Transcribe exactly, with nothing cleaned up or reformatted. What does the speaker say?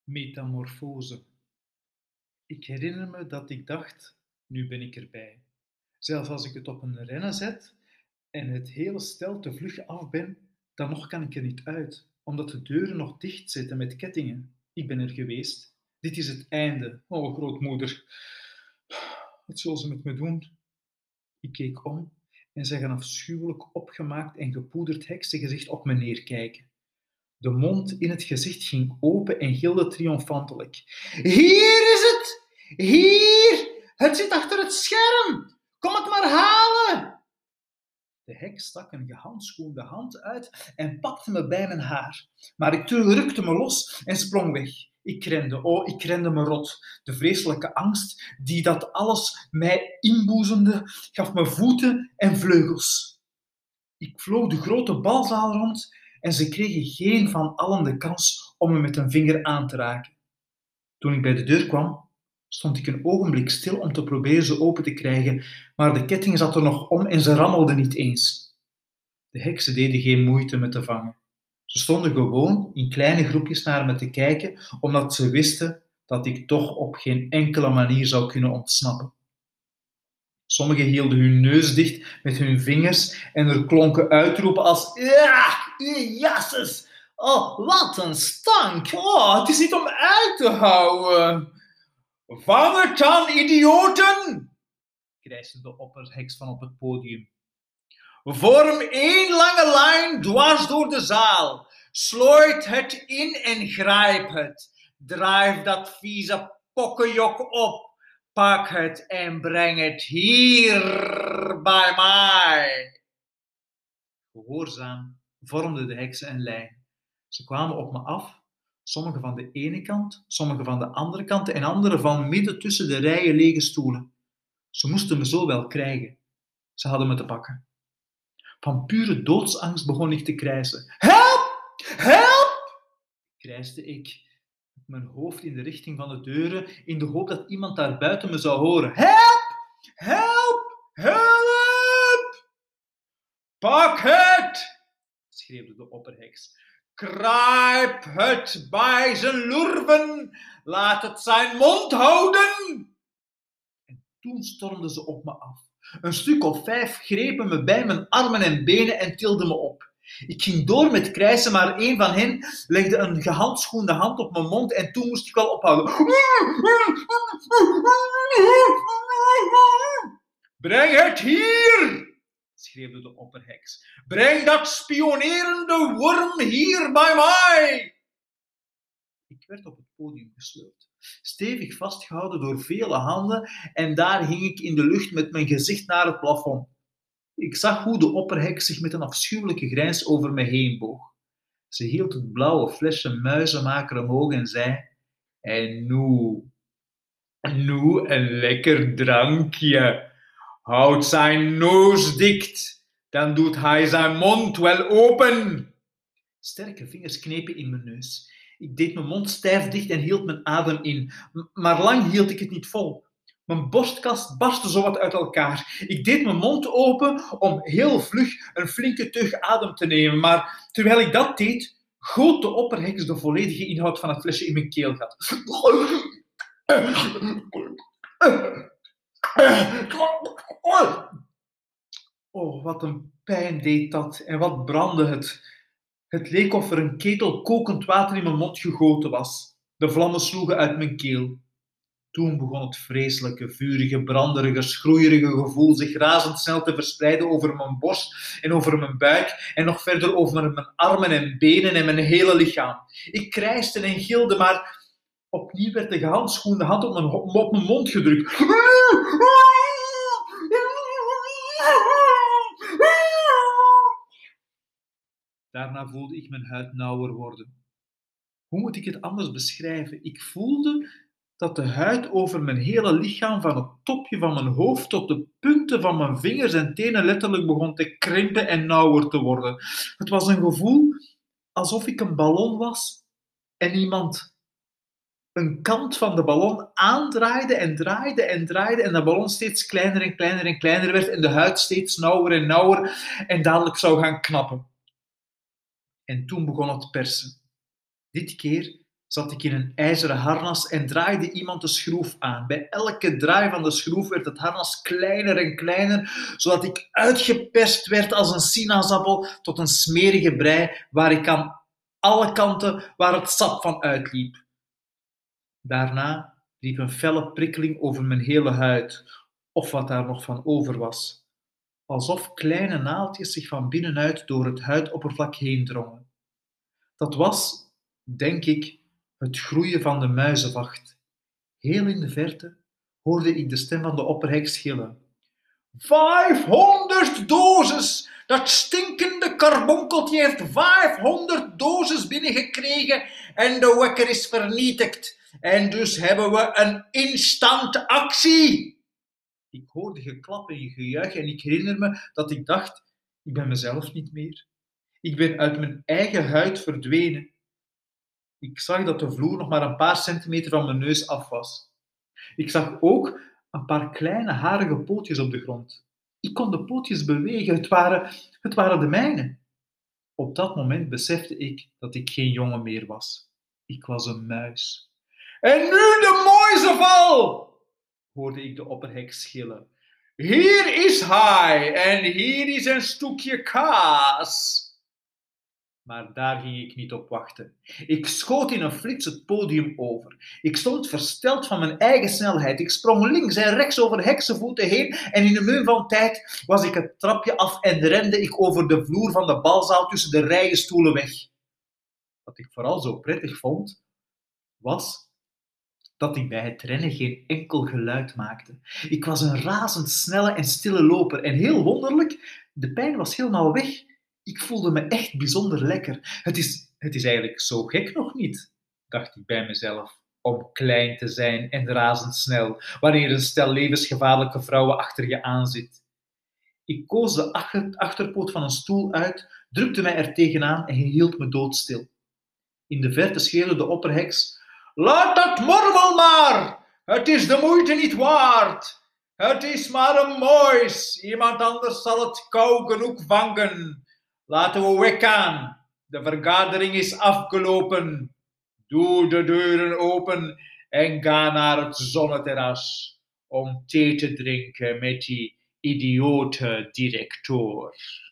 Metamorfose. Ik herinner me dat ik dacht, nu ben ik erbij. Zelfs als ik het op een rennen zet en het hele stel te vlug af ben, dan nog kan ik er niet uit, omdat de deuren nog dicht zitten met kettingen. Ik ben er geweest. Dit is het einde. Oh, grootmoeder. Wat zal ze met me doen? Ik keek om en zag een afschuwelijk opgemaakt en gepoederd heksengezicht op me neerkijken. De mond in het gezicht ging open en gilde triomfantelijk. Hier is het! Hier! Het zit achter het scherm! Kom het maar halen! De heks stak een gehandschoende hand uit en pakte me bij mijn haar. Maar ik rukte me los en sprong weg. Ik rende, oh, ik rende me rot. De vreselijke angst die dat alles mij inboezemde, gaf me voeten en vleugels. Ik vloog de grote balzaal rond en ze kregen geen van allen de kans om me met een vinger aan te raken. Toen ik bij de deur kwam, stond ik een ogenblik stil om te proberen ze open te krijgen, maar de ketting zat er nog om en ze rammelden niet eens. De heksen deden geen moeite me te vangen. Ze stonden gewoon in kleine groepjes naar me te kijken, omdat ze wisten dat ik toch op geen enkele manier zou kunnen ontsnappen. Sommigen hielden hun neus dicht met hun vingers en er klonken uitroepen als ja, jasses, oh, wat een stank, oh, het is niet om uit te houden. Vang het dan, idioten, krijste de opperheks van op het podium. Vorm één lange lijn dwars door de zaal. Slooit het in en grijp het. Drijf dat vieze pokkenjok op. Pak het en breng het hier bij mij. Gehoorzaam vormden de heksen een lijn. Ze kwamen op me af, sommige van de ene kant, sommige van de andere kant en andere van midden tussen de rijen lege stoelen. Ze moesten me zo wel krijgen. Ze hadden me te pakken. Van pure doodsangst begon ik te krijsen. Help! Help! Krijste ik, met mijn hoofd in de richting van de deuren, in de hoop dat iemand daar buiten me zou horen. Help! Help! Help! Pak het! schreeuwde de opperheks. Kruip het bij zijn lurven! Laat het zijn mond houden! En toen stormden ze op me af. Een stuk of vijf grepen me bij mijn armen en benen en tilden me op. Ik ging door met krijsen, maar een van hen legde een gehandschoende hand op mijn mond en toen moest ik wel ophouden. Breng het hier, schreeuwde de opperheks. Breng dat spionerende worm hier bij mij. Ik werd op het podium gesleurd, stevig vastgehouden door vele handen en daar hing ik in de lucht met mijn gezicht naar het plafond. Ik zag hoe de opperheks zich met een afschuwelijke grijns over me heen boog. Ze hield het blauwe flesje muizenmaker omhoog en zei: En nu, nu een lekker drankje. Houd zijn neus dicht, dan doet hij zijn mond wel open. Sterke vingers knepen in mijn neus. Ik deed mijn mond stijf dicht en hield mijn adem in. Maar lang hield ik het niet vol. Mijn borstkast barstte zowat uit elkaar. Ik deed mijn mond open om heel vlug een flinke teug adem te nemen. Maar terwijl ik dat deed, goot de opperheks de volledige inhoud van het flesje in mijn keelgat. Oh, wat een pijn deed dat en wat brandde het. Het leek of er een ketel kokend water in mijn mond gegoten was. De vlammen sloegen uit mijn keel. Toen begon het vreselijke, vurige, branderige, schroeierige gevoel zich razendsnel te verspreiden over mijn borst en over mijn buik en nog verder over mijn armen en benen en mijn hele lichaam. Ik krijste en gilde, maar opnieuw werd de gehandschoende hand op mijn, op mijn mond gedrukt. Daarna voelde ik mijn huid nauwer worden. Hoe moet ik het anders beschrijven? Ik voelde dat de huid over mijn hele lichaam, van het topje van mijn hoofd tot de punten van mijn vingers en tenen letterlijk begon te krimpen en nauwer te worden. Het was een gevoel alsof ik een ballon was en iemand een kant van de ballon aandraaide en draaide en draaide en de ballon steeds kleiner en kleiner en kleiner werd en de huid steeds nauwer en nauwer en dadelijk zou gaan knappen. En toen begon het persen. Dit keer zat ik in een ijzeren harnas en draaide iemand de schroef aan. Bij elke draai van de schroef werd het harnas kleiner en kleiner, zodat ik uitgeperst werd als een sinaasappel tot een smerige brei waar ik aan alle kanten waar het sap van uitliep. Daarna liep een felle prikkeling over mijn hele huid, of wat daar nog van over was, alsof kleine naaldjes zich van binnenuit door het huidoppervlak heen drongen. Dat was, denk ik, het groeien van de muizenvacht. Heel in de verte hoorde ik de stem van de opperheks schillen. Vijfhonderd doses! Dat stinkende karbonkeltje heeft vijfhonderd doses binnengekregen en de wekker is vernietigd. En dus hebben we een instant actie. Ik hoorde geklap en gejuich en ik herinner me dat ik dacht, ik ben mezelf niet meer. Ik ben uit mijn eigen huid verdwenen. Ik zag dat de vloer nog maar een paar centimeter van mijn neus af was. Ik zag ook een paar kleine harige pootjes op de grond. Ik kon de pootjes bewegen, het waren, het waren de mijne. Op dat moment besefte ik dat ik geen jongen meer was. Ik was een muis. En nu de muizenval! Hoorde ik de opperheks schillen. Hier is hij en hier is een stukje kaas. Maar daar ging ik niet op wachten. Ik schoot in een flits het podium over. Ik stond versteld van mijn eigen snelheid. Ik sprong links en rechts over heksenvoeten heen en in een mum van tijd was ik het trapje af en rende ik over de vloer van de balzaal tussen de rijen stoelen weg. Wat ik vooral zo prettig vond, was dat ik bij het rennen geen enkel geluid maakte. Ik was een razendsnelle en stille loper en heel wonderlijk, de pijn was helemaal weg. Ik voelde me echt bijzonder lekker. Het is, het is eigenlijk zo gek nog niet, dacht ik bij mezelf, om klein te zijn en razendsnel, wanneer een stel levensgevaarlijke vrouwen achter je aan zit. Ik koos de achterpoot van een stoel uit, drukte mij er tegenaan en hield me doodstil. In de verte schreeuwde de opperheks, laat dat mormel maar! Het is de moeite niet waard! Het is maar een muis. Iemand anders zal het kou genoeg vangen. Laten we weggaan. De vergadering is afgelopen. Doe de deuren open en ga naar het zonneterras om thee te drinken met die idiote directeur.